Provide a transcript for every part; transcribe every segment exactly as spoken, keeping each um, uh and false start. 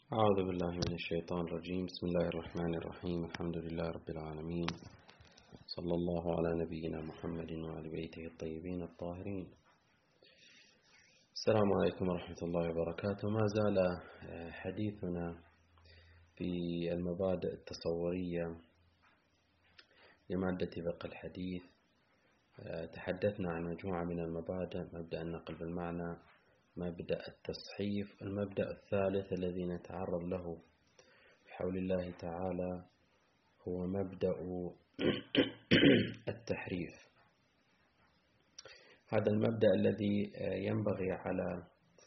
أعوذ بالله من الشيطان الرجيم. بسم الله الرحمن الرحيم. الحمد لله رب العالمين، صلى الله على نبينا محمد وعلى بيته الطيبين الطاهرين. السلام عليكم ورحمة الله وبركاته. ما زال حديثنا في المبادئ التصورية لمادة فقه الحديث. تحدثنا عن مجموعة من المبادئ: مبدأ النقل بالمعنى، مبدأ التصحيف، المبدأ الثالث الذي نتعرض له بحول الله تعالى هو مبدأ التحريف. هذا المبدأ الذي ينبغي على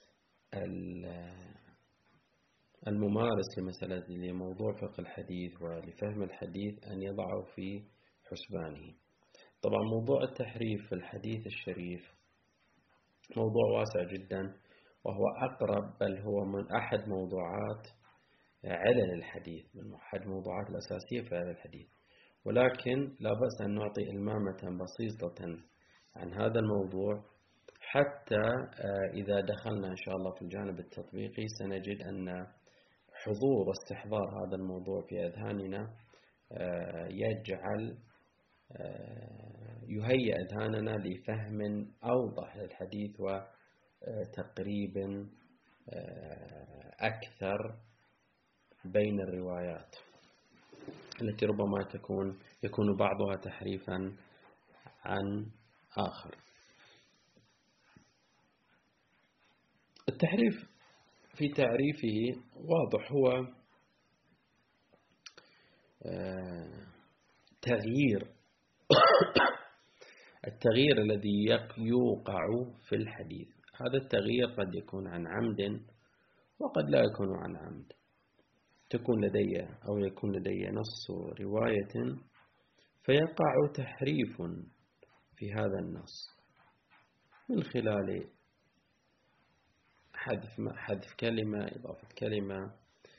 الممارس لمسألة لموضوع فقه الحديث ولفهم الحديث أن يضعه في حسبانه. طبعا موضوع التحريف في الحديث الشريف موضوع واسع جدا، وهو أقرب بل هو من أحد موضوعات علل الحديث، من أحد الموضوعات الأساسية في علل الحديث، ولكن لا بأس أن نعطي إلمامة بسيطة عن هذا الموضوع حتى إذا دخلنا إن شاء الله في الجانب التطبيقي سنجد أن حضور واستحضار هذا الموضوع في أذهاننا يجعل يهيئ أذهاننا لفهم أوضح للحديث وتقريب أكثر بين الروايات التي ربما تكون يكون بعضها تحريفا عن آخر. التحريف في تعريفه واضح، هو تغيير التغيير الذي يوقع في الحديث. هذا التغيير قد يكون عن عمد وقد لا يكون عن عمد. تكون لدي أو يكون لدي نص رواية فيقع تحريف في هذا النص من خلال حذف حذف كلمة، إضافة كلمة،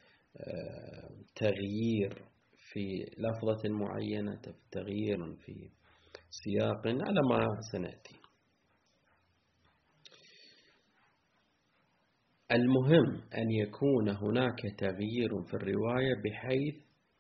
تغيير في لفظة معينة، تغيير في سياق، على ما سنأتي. المهم أن يكون هناك تغيير في الرواية بحيث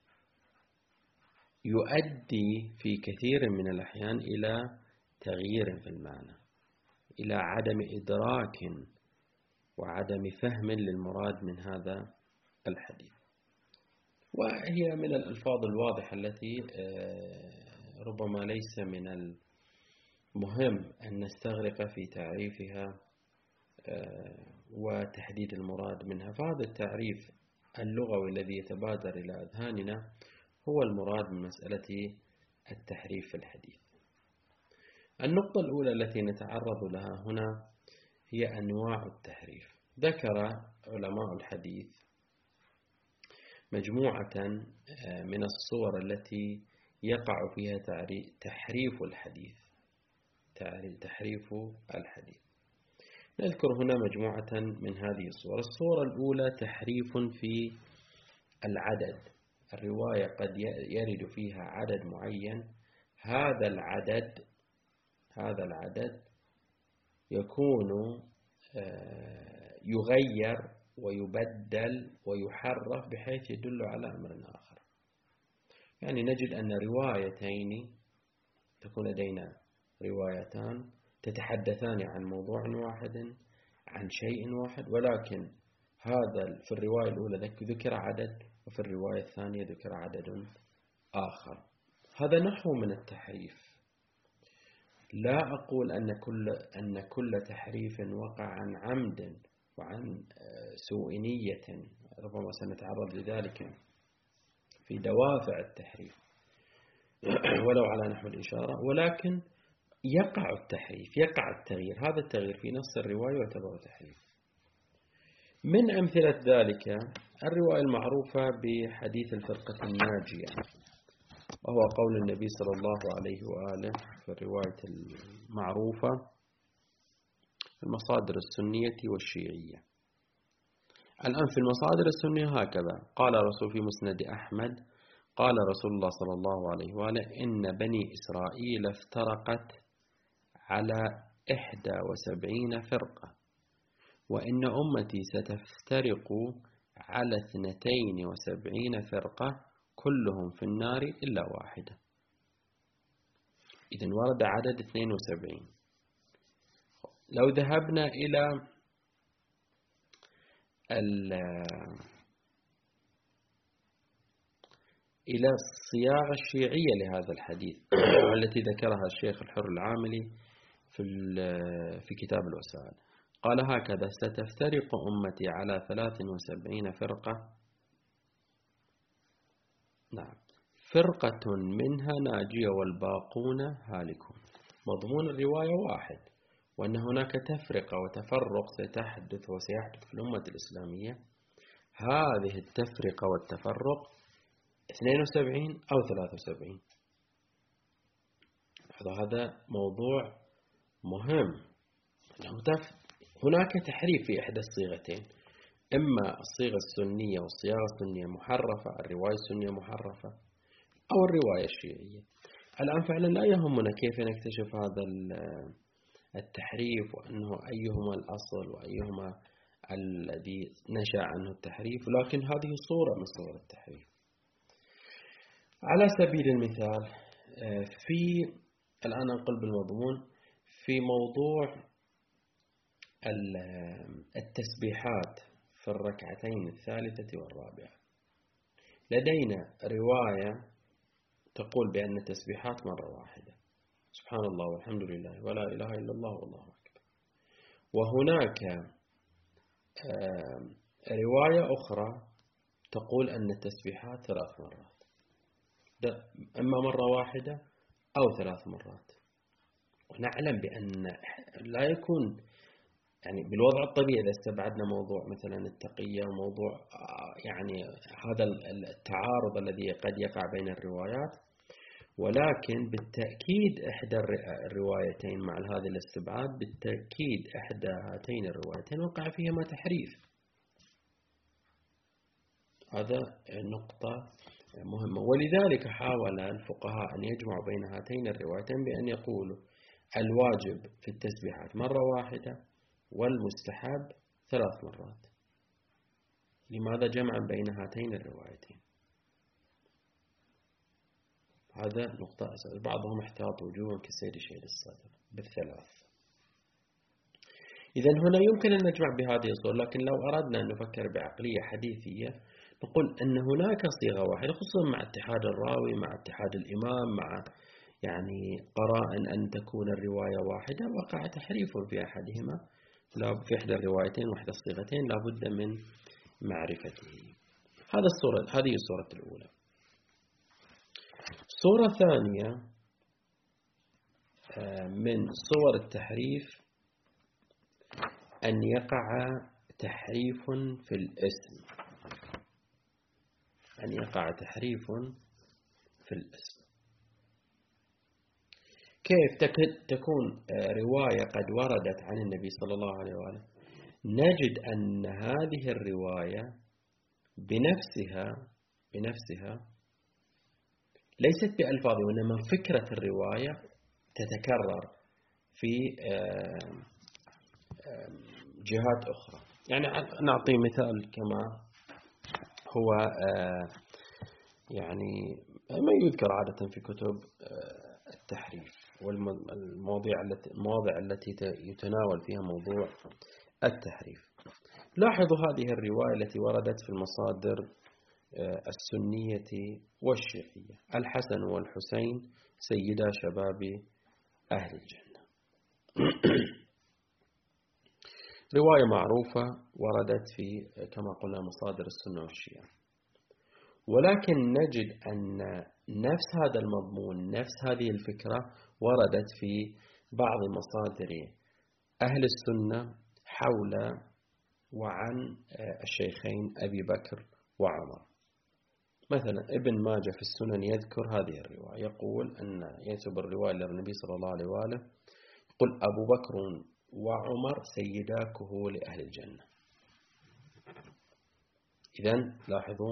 يؤدي في كثير من الأحيان إلى تغيير في المعنى، إلى عدم إدراك وعدم فهم للمراد من هذا الحديث. وهي من الألفاظ الواضحة التي ربما ليس من المهم أن نستغرق في تعريفها وتحديد المراد منها، فهذا التعريف اللغوي الذي يتبادر إلى أذهاننا هو المراد من مسألة التحريف في الحديث. النقطة الأولى التي نتعرض لها هنا هي أنواع التحريف. ذكر علماء الحديث مجموعة من الصور التي يقع فيها تحريف الحديث تحريف الحديث نذكر هنا مجموعة من هذه الصور. الصورة الأولى تحريف في العدد. الرواية قد يرد فيها عدد معين، هذا العدد هذا العدد يكون يغير ويبدل ويحرف بحيث يدل على أمر آخر. يعني نجد أن روايتين، تكون لدينا روايتان تتحدثان عن موضوع واحد، عن شيء واحد، ولكن هذا في الرواية الأولى ذكر عدد وفي الرواية الثانية ذكر عدد آخر. هذا نحو من التحريف. لا أقول أن كل أن كل تحريف وقع عن عمد وعن سوء نية، ربما سنتعرض لذلك في دوافع التحريف ولو على نحو الإشارة، ولكن يقع التحريف، يقع التغيير. هذا التغيير في نص الرواية يعتبر تحريف. من أمثلة ذلك الرواية المعروفة بحديث الفرقة الناجية، وهو قول النبي صلى الله عليه وآله في الرواية المعروفة في المصادر السنية والشيعية. الآن في المصادر السنية هكذا قال رسول في مسند أحمد قال رسول الله صلى الله عليه وآله: إن بني إسرائيل افترقت على إحدى وسبعين فرقة، وإن أمتي ستفترق على اثنتين وسبعين فرقة كلهم في النار إلا واحدة. إذن ورد عدد اثنين وسبعين. لو ذهبنا إلى إلى الصياغة الشيعية لهذا الحديث التي ذكرها الشيخ الحر العاملي في في كتاب الوسائل، قال هكذا: ستفترق أمتي على ثلاث وسبعين فرقة، نعم، فرقة منها ناجية والباقون هالكون. مضمون الرواية واحد، وأن هناك تفرقة وتفرق ستحدث وسيحدث في الأمة الإسلامية. هذه التفرقة والتفرق اثنين وسبعين أو ثلاثة وسبعين. هذا موضوع مهم. هناك تحريف في إحدى الصيغتين، إما الصيغة السنية والصياغة السنية محرفة، الرواية السنية محرفة، أو الرواية الشيعية. الآن فعلا لا يهمنا كيف نكتشف هذا التحريف وأنه أيهما الأصل وأيهما الذي نشأ عنه التحريف، لكن هذه صورة من صور التحريف. على سبيل المثال، في الآن أنقل بالمضمون في موضوع التسبيحات في الركعتين الثالثة والرابعة، لدينا رواية تقول بأن التسبيحات مرة واحدة، سبحان الله والحمد لله ولا إله إلا الله والله أكبر. وهناك رواية أخرى تقول أن التسبيحات ثلاث مرات، إما مرة واحدة أو ثلاث مرات. ونعلم بأن لا يكون يعني بالوضع الطبيعي إذا استبعدنا موضوع مثلا التقية وموضوع يعني هذا التعارض الذي قد يقع بين الروايات، ولكن بالتأكيد إحدى الروايتين مع هذا الاستبعاد بالتأكيد إحدى هاتين الروايتين وقع فيهما تحريف. هذا نقطة مهمة، ولذلك حاول الفقهاء أن يجمعوا بين هاتين الروايتين بأن يقولوا الواجب في التسبيحات مرة واحدة والمستحب ثلاث مرات. لماذا جمعا بين هاتين الروايتين؟ هذا نقطة أساس. بعضهم احتاط وجوها كسير شيء الصدر بالثلاث. إذن هنا يمكن أن نجمع بهذه الصورة، لكن لو أردنا أن نفكر بعقلية حديثية نقول أن هناك صيغة واحدة، خصوصا مع اتحاد الراوي مع اتحاد الإمام مع يعني قرائن أن تكون الرواية واحدة، وقع تحريف في أحدهما في إحدى الروايتين وإحدى الصيغتين لا بد من معرفته. هذا الصورة، هذه الصورة الأولى. صورة ثانية من صور التحريف أن يقع تحريف في الاسم، أن يقع تحريف في الاسم. كيف تكون رواية قد وردت عن النبي صلى الله عليه وآله، نجد أن هذه الرواية بنفسها بنفسها ليست بألفاظ، وإنما فكرة الرواية تتكرر في جهات أخرى. يعني نعطي مثال كما هو يعني ما يذكر عادة في كتب التحريف والمواضيع التي المواضع التي يتناول فيها موضوع التحريف. لاحظوا هذه الرواية التي وردت في المصادر السنية والشيعية: الحسن والحسين سيدا شباب أهل الجنة. رواية معروفة وردت في كما قلنا مصادر السنة والشيعة، ولكن نجد أن نفس هذا المضمون نفس هذه الفكرة وردت في بعض مصادر أهل السنة حول وعن الشيخين أبي بكر وعمر. مثلا ابن ماجه في السنن يذكر هذه الرواية، يقول أن ينسب الرواية للنبي صلى الله عليه وآله، قل أبو بكر وعمر سيدا كهول أهل الجنة. إذن لاحظوا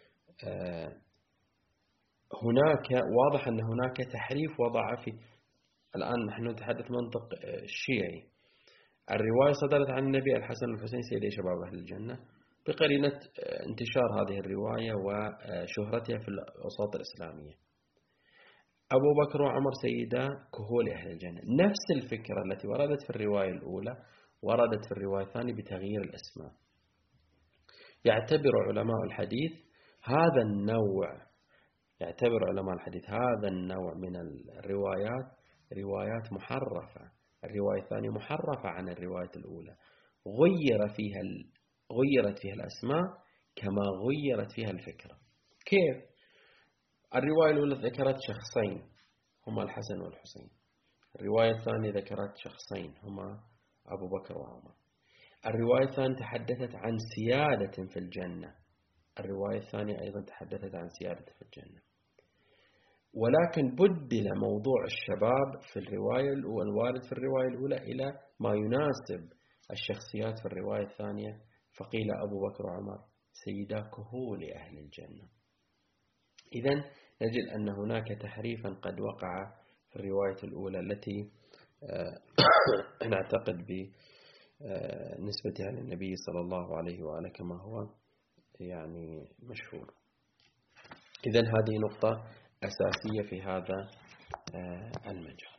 هناك واضح أن هناك تحريف وضع في. الآن نحن نتحدث منطق الشيعي. الرواية صدرت عن النبي: الحسن والحسين سيدي شباب أهل الجنة. بقرينة انتشار هذه الرواية وشهرتها في الأوساط الإسلامية. أبو بكر وعمر سيدا كهول أهل الجنة. نفس الفكرة التي وردت في الرواية الأولى وردت في الرواية الثانية بتغيير الأسماء. يعتبر علماء الحديث هذا النوع يعتبر علماء الحديث هذا النوع من الروايات روايات محرفة. الرواية الثانية محرفة عن الرواية الأولى، غير فيها غيرت فيها الأسماء كما غيرت فيها الفكرة. كيف؟ الرواية الأولى ذكرت شخصين هما الحسن والحسين، الرواية الثانية ذكرت شخصين هما أبو بكر وعمر، الرواية الثانية تحدثت عن سيادة في الجنة، الرواية الثانية أيضا تحدثت عن سيادة في الجنة، ولكن بدل موضوع الشباب في الرواية الأولى الوارد في الرواية الأولى إلى ما يناسب الشخصيات في الرواية الثانية، فقيل أبو بكر وعمر سيدا كهول أهل الجنة. إذن نجد أن هناك تحريفا قد وقع في الرواية الأولى التي نعتقد بنسبتها للنبي صلى الله عليه وآله كما هو يعني مشهور. إذن هذه نقطة أساسية في هذا المجال.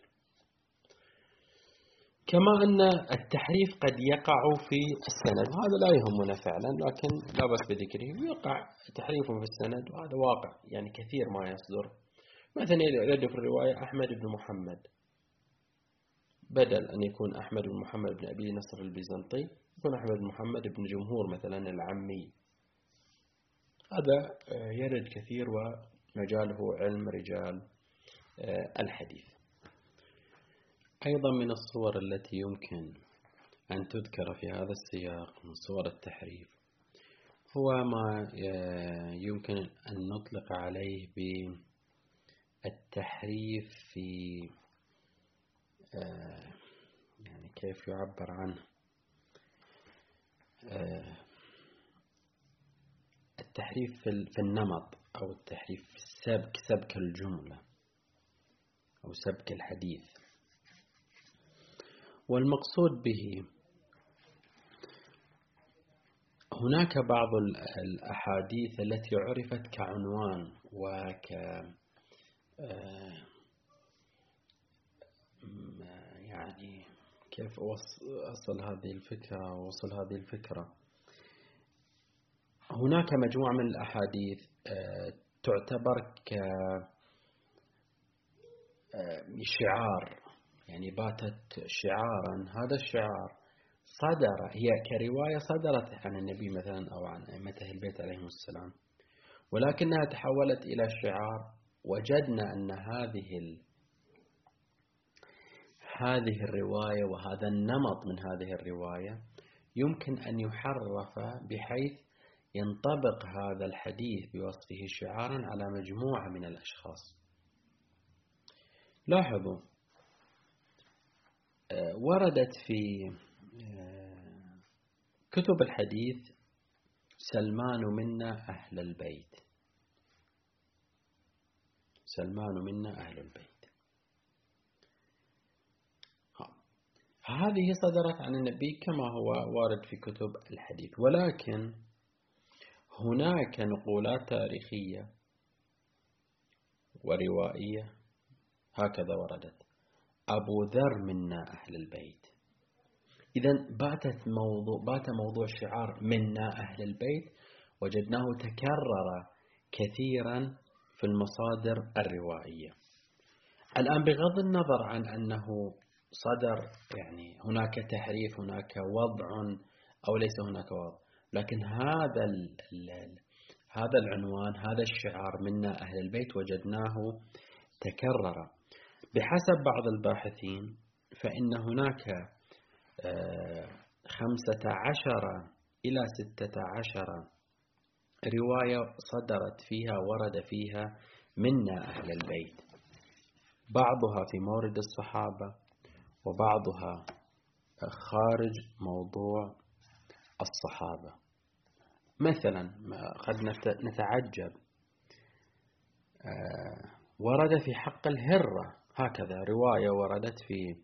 كما أن التحريف قد يقع في السند، وهذا لا يهمنا فعلا لكن لا بأس بذكره، يقع تحريف في السند وهذا واقع، يعني كثير ما يصدر. مثلا يرد في الرواية أحمد بن محمد، بدل أن يكون أحمد بن محمد بن أبي نصر البيزنطي يكون أحمد بن محمد بن جمهور مثلا العمي. هذا يرد كثير ومجاله علم رجال الحديث. أيضا من الصور التي يمكن أن تذكر في هذا السياق من صور التحريف هو ما يمكن أن نطلق عليه بالتحريف في يعني كيف يعبر عنه، التحريف في النمط أو التحريف في السبك، سبك الجملة أو سبك الحديث. والمقصود به هناك بعض الأحاديث التي عرفت كعنوان وك يعني كيف أصل هذه الفكرة ووصل هذه الفكرة. هناك مجموعة من الأحاديث تعتبر كشعار، يعني باتت شعارا. هذا الشعار صدر هي كرواية صدرت عن النبي مثلا أو عن أئمة البيت عليهم السلام، ولكنها تحولت إلى شعار. وجدنا أن هذه ال... هذه الرواية وهذا النمط من هذه الرواية يمكن أن يحرف بحيث ينطبق هذا الحديث بوصفه شعارا على مجموعة من الأشخاص. لاحظوا وردت في كتب الحديث سلمان منا أهل البيت، سلمان منا أهل البيت، هذه صدرت عن النبي كما هو وارد في كتب الحديث، ولكن هناك نقولات تاريخية وروائية هكذا وردت: أبو ذر منا أهل البيت. إذن باتت موضوع بات موضوع شعار منا أهل البيت وجدناه تكرر كثيرا في المصادر الروائية. الآن بغض النظر عن أنه صدر يعني هناك تحريف، هناك وضع أو ليس هناك وضع، لكن هذا ال ال هذا العنوان هذا الشعار منا أهل البيت وجدناه تكرر. بحسب بعض الباحثين فإن هناك خمسة عشر إلى ستة عشر رواية صدرت فيها ورد فيها منا أهل البيت، بعضها في مورد الصحابة وبعضها خارج موضوع الصحابة. مثلا قد نتعجب ورد في حق الهرة هكذا رواية وردت في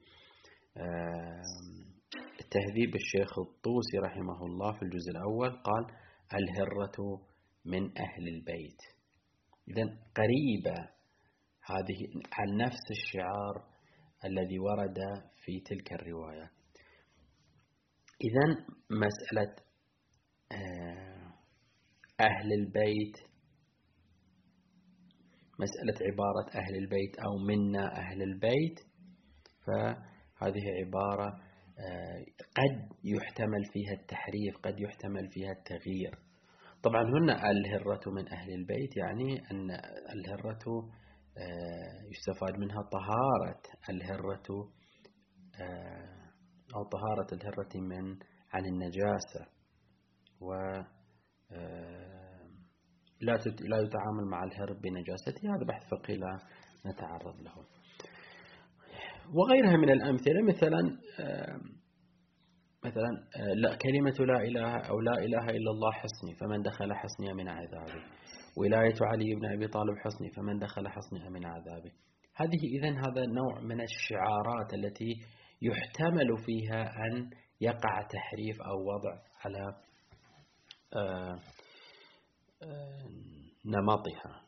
تهذيب الشيخ الطوسي رحمه الله في الجزء الأول، قال: الهرة من أهل البيت. إذن قريبة هذه عن نفس الشعار الذي ورد في تلك الرواية. إذن مسألة أهل البيت، مسألة عبارة أهل البيت أو منا أهل البيت، فهذه عبارة قد يحتمل فيها التحريف، قد يحتمل فيها التغيير. طبعا هنا الهرة من أهل البيت يعني أن الهرة يستفاد منها طهارة الهرة أو طهارة الهرة من عن النجاسة، و لا لا يتعامل مع الهر بنجاسته. هذا بحث فقهي لا نتعرض له. وغيرها من الأمثلة، مثلا مثلا لا كلمة لا إله أو لا إله إلا الله حصني فمن دخل حصني من عذابي، ولاية علي بن أبي طالب حصني فمن دخل حصني من عذابي. هذه إذن هذا نوع من الشعارات التي يحتمل فيها أن يقع تحريف أو وضع على آآ آآ نمطها.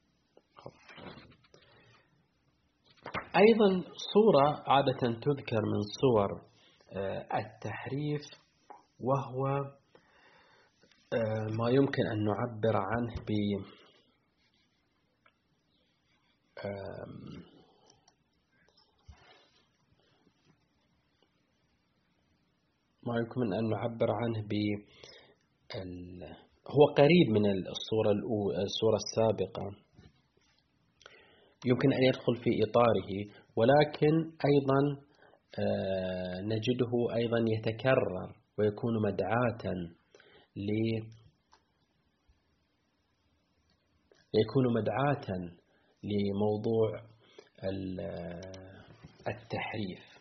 أيضا صورة عادة تذكر من صور التحريف، وهو ما يمكن أن نعبر عنه ب ما يمكن أن نعبر عنه ب هو قريب من الصورة الأولى الصورة السابقة، يمكن أن يدخل في إطاره، ولكن أيضا نجده أيضا يتكرر ويكون مدعاة ل يكون مدعاة لموضوع التحريف.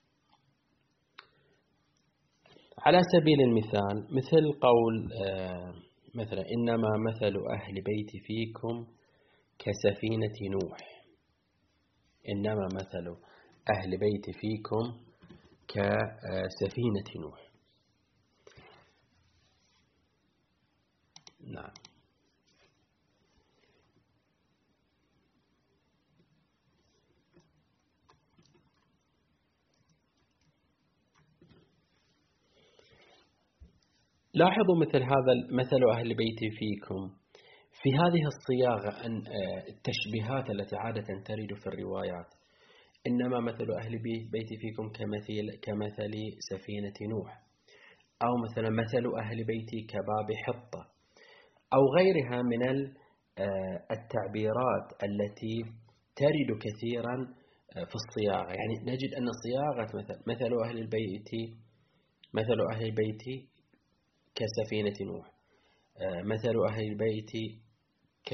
على سبيل المثال مثل قول مثلا إنما مثل أهل بيتي فيكم كسفينة نوح، إنما مثل أهل بيتي فيكم كسفينة نوح. نعم. لاحظوا مثل هذا مثل أهل بيتي فيكم في هذه الصياغة، أن التشبيهات التي عادة ترد في الروايات، إنما مثل أهل بيتي فيكم كمثل كمثل سفينة نوح، أو مثلا مثل أهل بيتي كباب حطة، أو غيرها من التعبيرات التي ترد كثيرا في الصياغة. يعني نجد أن صياغة مثل مثل أهل البيت مثل أهل البيت كسفينة نوح، مثل أهل البيت ك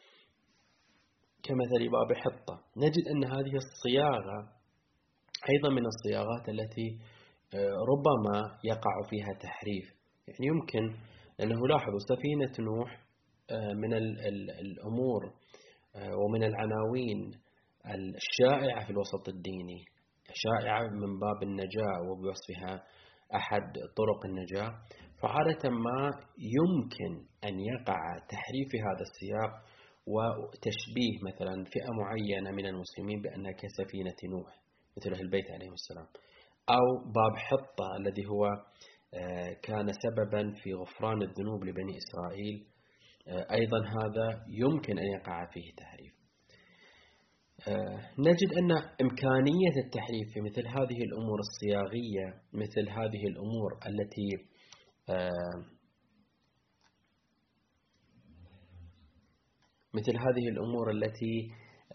كمثل باب حطة، نجد أن هذه الصياغة أيضا من الصياغات التي ربما يقع فيها تحريف. يعني يمكن أنه لاحظوا سفينة نوح من الأمور ومن العناوين الشائعة في الوسط الديني، شائعة من باب النجاة وبوصفها أحد طرق النجاة، فعادة ما يمكن أن يقع تحريف هذا السياق وتشبيه مثلا فئة معينة من المسلمين بأنها كسفينة نوح مثل أهل البيت عليهم السلام، أو باب حطة الذي هو كان سببا في غفران الذنوب لبني إسرائيل، أيضا هذا يمكن أن يقع فيه تحريف. نجد أن إمكانية التحريف في مثل هذه الأمور الصياغية، مثل هذه الأمور التي مثل هذه الأمور التي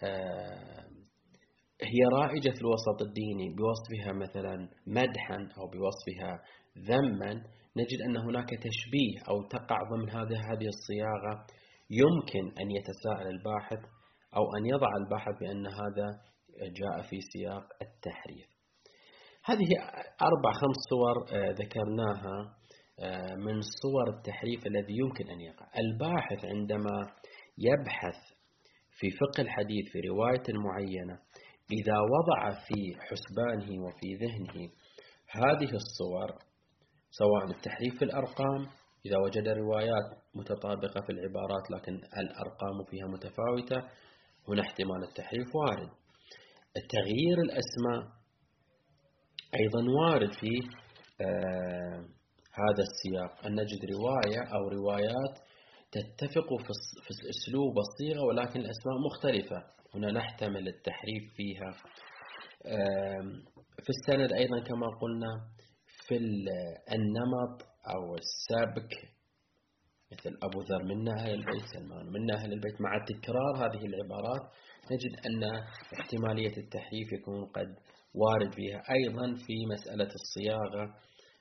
هي رائجة في الوسط الديني بوصفها مثلا مدحا أو بوصفها ذما، نجد أن هناك تشبيه أو تقع ضمن هذه هذه الصياغة، يمكن أن يتساءل الباحث أو أن يضع الباحث بأن هذا جاء في سياق التحريف. هذه أربع خمس صور ذكرناها من صور التحريف الذي يمكن أن يقع. الباحث عندما يبحث في فقه الحديث في رواية معينة، إذا وضع في حسبانه وفي ذهنه هذه الصور، سواء التحريف في الأرقام إذا وجد روايات متطابقة في العبارات لكن الأرقام فيها متفاوتة، هنا احتمال التحريف وارد. التغيير الأسماء أيضا وارد في آه هذا السياق، أن نجد رواية أو روايات تتفق في الأسلوب والصيغة ولكن الأسماء مختلفة، هنا نحتمل التحريف فيها. في السند أيضا كما قلنا، في النمط أو السبك، مثل أبو ذر منا أهل البيت، سلمان منا أهل البيت، مع تكرار هذه العبارات نجد أن احتمالية التحريف يكون قد وارد فيها. أيضا في مسألة الصياغة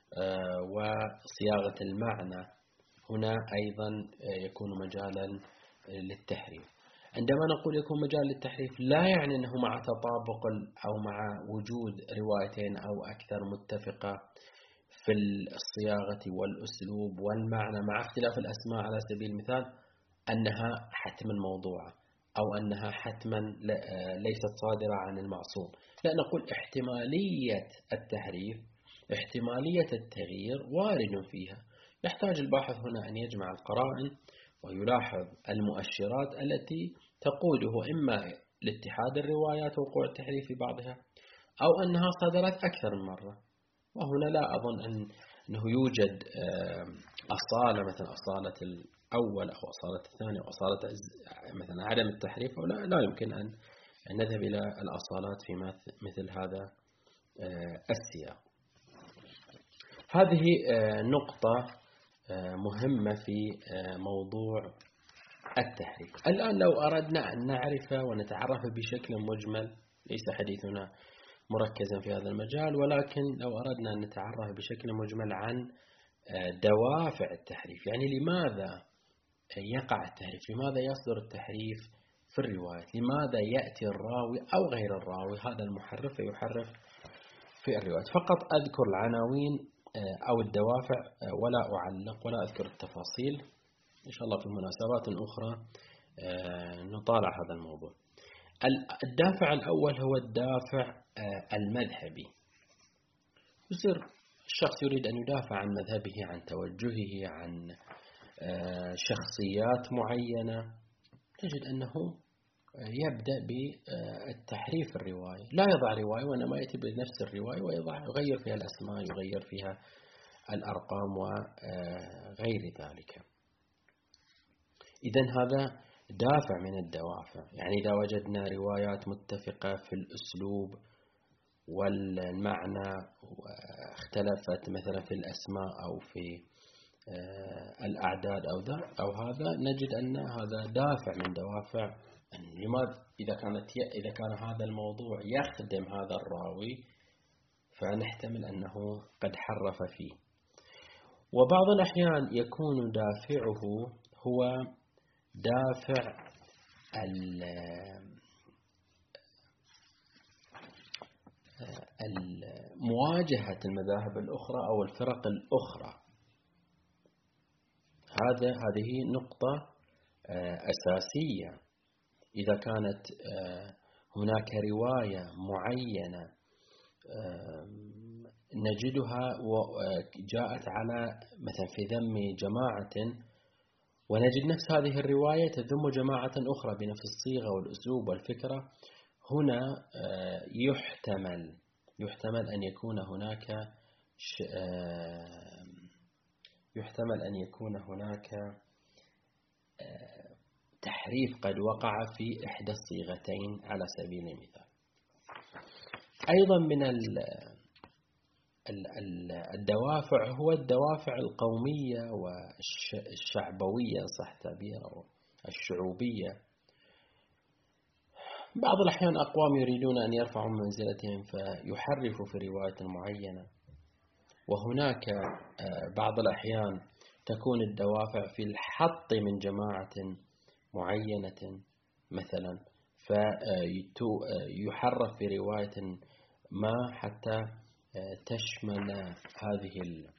وصياغة المعنى، هنا أيضا يكون مجالا للتحريف. عندما نقول يكون مجال للتحريف لا يعني أنه مع تطابق أو مع وجود روايتين أو أكثر متفقة في الصياغة والأسلوب والمعنى مع اختلاف الأسماء على سبيل المثال أنها حتما موضوعة أو أنها حتما ليست صادرة عن المعصوم. لا، نقول احتمالية التحريف، احتمالية التغيير وارد فيها. يحتاج الباحث هنا أن يجمع القرائن ويلاحظ المؤشرات التي تقوده إما لاتحاد الروايات ووقوع التحريف في بعضها أو أنها صدرت أكثر من مرة. وهنا لا أظن أن أنه يوجد أصالة، مثل أصالة الأول أو أصالة الثاني أو أصالة مثلا عدم التحريف، أو لا, لا يمكن أن نذهب إلى الأصالات في مثل هذا السياق. هذه نقطة مهمة في موضوع التحريف. الآن لو أردنا أن نعرف ونتعرف بشكل مجمل، ليس حديثنا مركزا في هذا المجال، ولكن لو أردنا أن نتعرف بشكل مجمل عن دوافع التحريف، يعني لماذا يقع التحريف، لماذا يصدر التحريف في الرواية، لماذا يأتي الراوي أو غير الراوي هذا المحرف يحرف في الرواية. فقط أذكر العناوين أو الدوافع ولا أعلق ولا أذكر التفاصيل، إن شاء الله في مناسبات أخرى نطالع هذا الموضوع. الدافع الأول هو الدافع المذهبي. يصير الشخص يريد أن يدافع عن مذهبه، عن توجهه، عن شخصيات معينة، تجد أنه يبدأ بالتحريف الرواية، لا يضع رواية وإنما يأتي بنفس الرواية ويضع يغير فيها الأسماء، يغير فيها الأرقام وغير ذلك. إذن هذا دافع من الدوافع. يعني إذا وجدنا روايات متفقة في الأسلوب والمعنى واختلفت مثلا في الأسماء أو في الأعداد أو ذا أو هذا، نجد أن هذا دافع من دوافع. لماذا إذا كانت إذا كان هذا الموضوع يخدم هذا الراوي فنحتمل أنه قد حرف فيه. وبعض الأحيان يكون دافعه هو دافع مواجهة المذاهب الأخرى أو الفرق الأخرى. هذا هذه نقطة أساسية. إذا كانت هناك رواية معينة نجدها جاءت على مثلا في ذم جماعة، ونجد نفس هذه الرواية تذم جماعة أخرى بنفس الصيغة والأسلوب والفكرة، هنا يحتمل يحتمل أن يكون هناك يحتمل أن يكون هناك تحريف قد وقع في إحدى الصيغتين على سبيل المثال. أيضا من الدوافع هو الدوافع القومية والشعبوية، صح تعبيره، الشعوبية. بعض الأحيان أقوام يريدون أن يرفعوا من منزلتهم فيحرفوا في رواية معينة، وهناك بعض الأحيان تكون الدوافع في الحط من جماعة معينة مثلا، فيحرف في رواية ما حتى تشمل هذه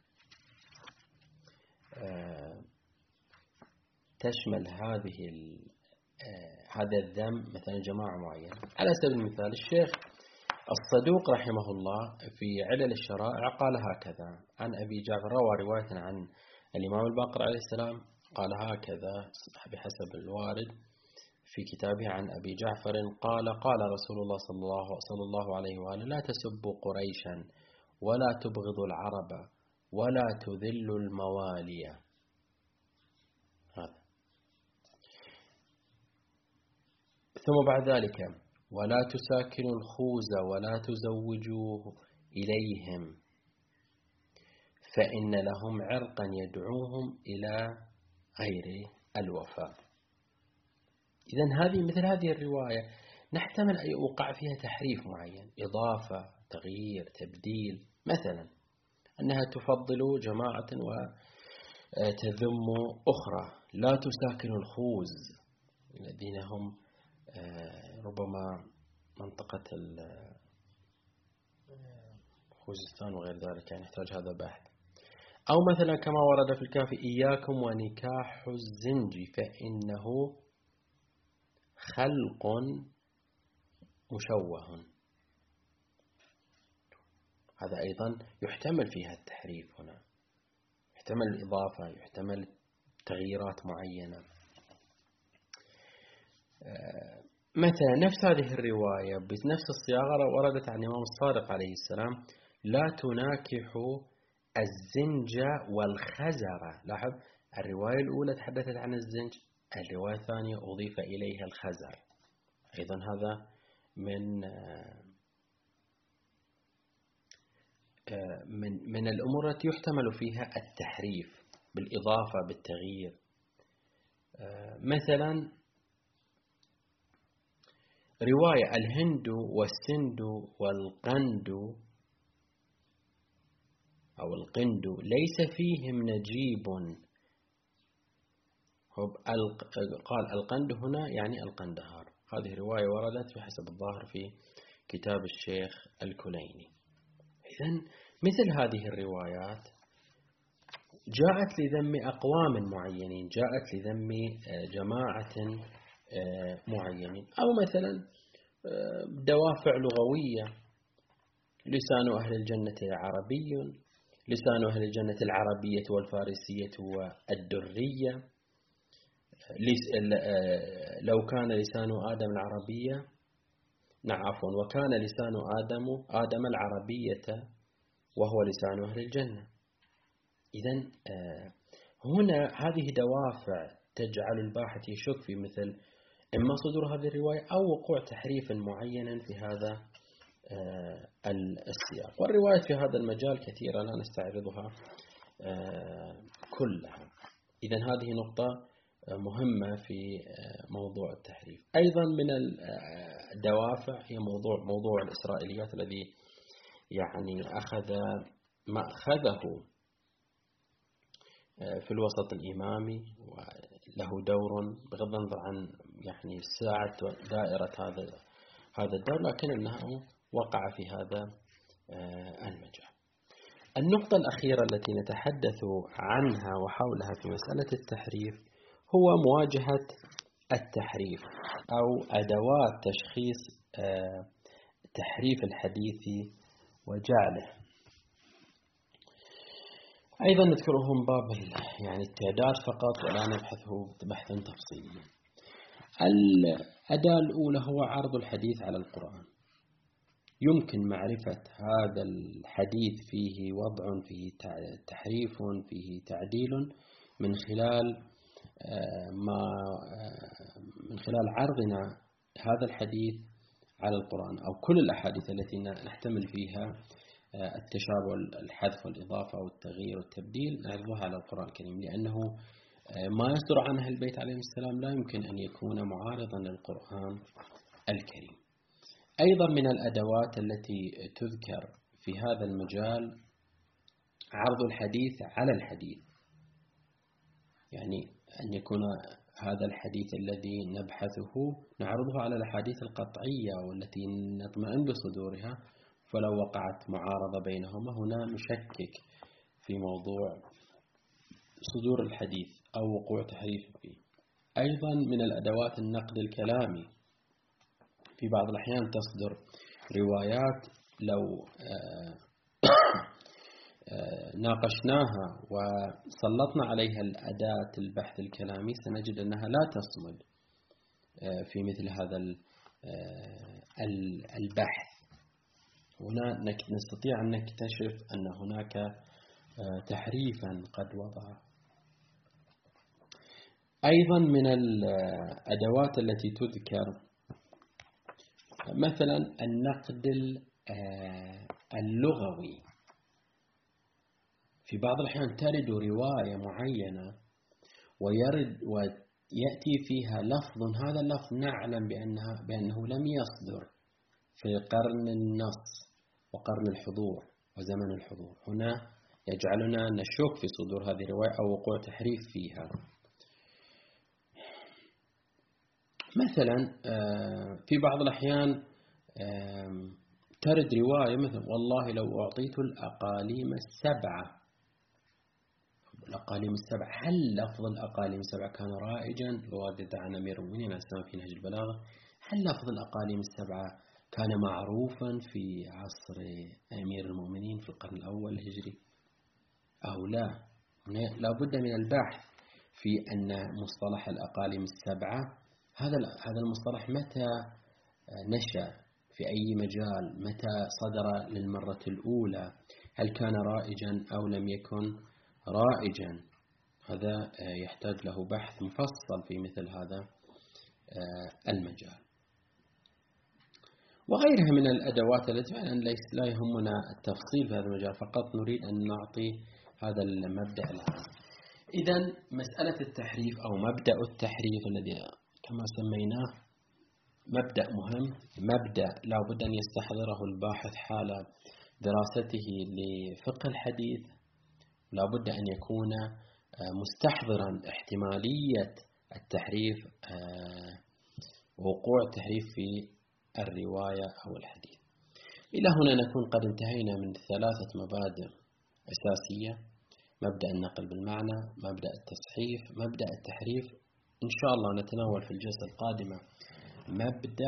تشمل هذه هذا الذم مثلا جماعة معينة. على سبيل المثال الشيخ الصدوق رحمه الله في علل الشرائع قال هكذا عن أبي جعفر، روى رواية عن الإمام الباقر عليه السلام قال هكذا بحسب الوارد في كتابه عن أبي جعفر قال قال رسول الله صلى الله, صلى الله عليه وآله: لا تسبوا قريشا ولا تبغضوا العرب ولا تذلوا الموالي. هذا. ثم بعد ذلك: ولا تساكنوا الخوز ولا تزوجوه إليهم فإن لهم عرقا يدعوهم إلى غير الوفاء. إذن هذه مثل هذه الرواية نحتمل أن يوقع فيها تحريف معين، إضافة، تغيير، تبديل، مثلا أنها تفضل جماعة وتذم أخرى. لا تساكنوا الخوز الذين هم ربما منطقة خوزستان وغير ذلك، يعني يحتاج هذا بحث. أو مثلا كما ورد في الكافي: إياكم ونكاح الزنج فإنه خلق مشوه. هذا أيضا يحتمل فيها التحريف، هنا يحتمل الإضافة، يحتمل تغييرات معينة. مثلا نفس هذه الرواية بنفس الصياغة وردت عن الإمام الصادق عليه السلام: لا تناكحوا الزنج والخزر. لاحظ، الرواية الأولى تحدثت عن الزنج، الرواية الثانية أضيف إليها الخزر. أيضا هذا من من من الأمور التي يحتمل فيها التحريف بالإضافة بالتغيير. مثلا رواية: الهند والسند والقند أو القند ليس فيهم نجيب. قال القند هنا يعني القندهار. هذه رواية وردت بحسب الظاهر في كتاب الشيخ الكليني. إذن مثل هذه الروايات جاءت لذم أقوام معينين، جاءت لذم جماعة معينين، أو مثلا دوافع لغوية: لسان أهل الجنة عربي، لسان أهل الجنة العربية والفارسية والدرية. لو كان لسان آدم العربية نعم عفوا وكان لسان آدم آدم العربية وهو لسان أهل الجنة. إذن هنا هذه دوافع تجعل الباحث يشك في مثل إما صدور هذه الرواية أو وقوع تحريف معين في هذا السياق. والروايات في هذا المجال كثيرة لا نستعرضها كلها. إذن هذه نقطة مهمة في موضوع التحريف. أيضا من الدوافع هي موضوع موضوع الإسرائيليات الذي يعني أخذ مأخذه في الوسط الإمامي وله دور بغض النظر عن يعني ساعة دائرة هذا هذا الدور، لكن أنه وقع في هذا المجال. النقطة الأخيرة التي نتحدث عنها وحولها في مسألة التحريف هو مواجهة التحريف أو أدوات تشخيص تحريف الحديث وجعله. أيضا نذكرهم باب يعني التعداد فقط ولا نبحثه بحثا تفصيليا. الأداة الأولى هو عرض الحديث على القرآن. يمكن معرفة هذا الحديث فيه وضع، فيه تحريف، فيه تعديل من خلال ما من خلال عرضنا هذا الحديث على القرآن أو كل الأحاديث التي نحتمل فيها التشابه، الحذف والإضافة والتغيير والتبديل، نعرضها على القرآن الكريم، لأنه ما يصدر عن أهل البيت عليهم السلام لا يمكن أن يكون معارضا للقرآن الكريم. أيضا من الأدوات التي تذكر في هذا المجال عرض الحديث على الحديث، يعني أن يكون هذا الحديث الذي نبحثه نعرضه على الأحاديث القطعية والتي نطمئن بصدورها، فلو وقعت معارضة بينهما هنا نشكك في موضوع صدور الحديث أو وقوع تحريف فيه. أيضا من الأدوات النقد الكلامي. في بعض الأحيان تصدر روايات لو ناقشناها وسلطنا عليها الأداة البحث الكلامي سنجد أنها لا تصمد في مثل هذا البحث. هنا نستطيع أن نكتشف أن هناك تحريفا قد وضع. أيضا من الأدوات التي تذكر مثلا النقد اللغوي. في بعض الأحيان ترد رواية معينة ويرد ويأتي فيها لفظ، هذا اللفظ نعلم بأنها بأنه لم يصدر في قرن النص وقرن الحضور وزمن الحضور. هنا يجعلنا نشك في صدور هذه الرواية أو وقوع تحريف فيها. مثلا في بعض الأحيان ترد رواية مثل والله لو أعطيت الأقاليم السبعة. الأقاليم السبعة، هل لفظ الأقاليم السبعة كان رائجا؟ رواية عن أمير المؤمنين الإسلام في نهج البلاغة. هل لفظ الأقاليم السبعة كان معروفا في عصر أمير المؤمنين في القرن الأول الهجري أو لا؟ لا بد من البحث في أن مصطلح الأقاليم السبعة هذا هذا المصطلح متى نشأ، في أي مجال، متى صدر للمرة الأولى، هل كان رائجا أو لم يكن رائجا. هذا يحتاج له بحث مفصل في مثل هذا المجال. وغيرها من الأدوات التي فعلا ليس لا يهمنا التفصيل في هذا المجال، فقط نريد أن نعطي هذا المبدأ العام. إذن مسألة التحريف أو مبدأ التحريف الذي كما سميناه مبدأ مهم، مبدأ لا بد أن يستحضره الباحث حال دراسته لفقه الحديث. لا بد أن يكون مستحضرا احتمالية التحريف، وقوع التحريف في الرواية أو الحديث. إلى هنا نكون قد انتهينا من ثلاثة مبادئ أساسية: مبدأ النقل بالمعنى، مبدأ التصحيف، مبدأ التحريف. إن شاء الله نتناول في الجلسة القادمة مبدأ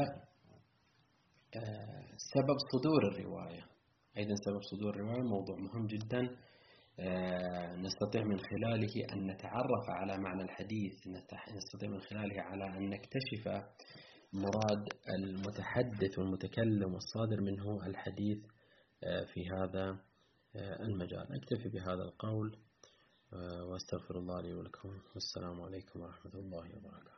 سبب صدور الرواية. أيضا سبب صدور الرواية موضوع مهم جدا، نستطيع من خلاله أن نتعرف على معنى الحديث، نستطيع من خلاله على أن نكتشف مراد المتحدث والمتكلم والصادر منه الحديث في هذا المجال. أكتفي بهذا القول واستغفر الله لي ولكم، والسلام عليكم ورحمة الله وبركاته.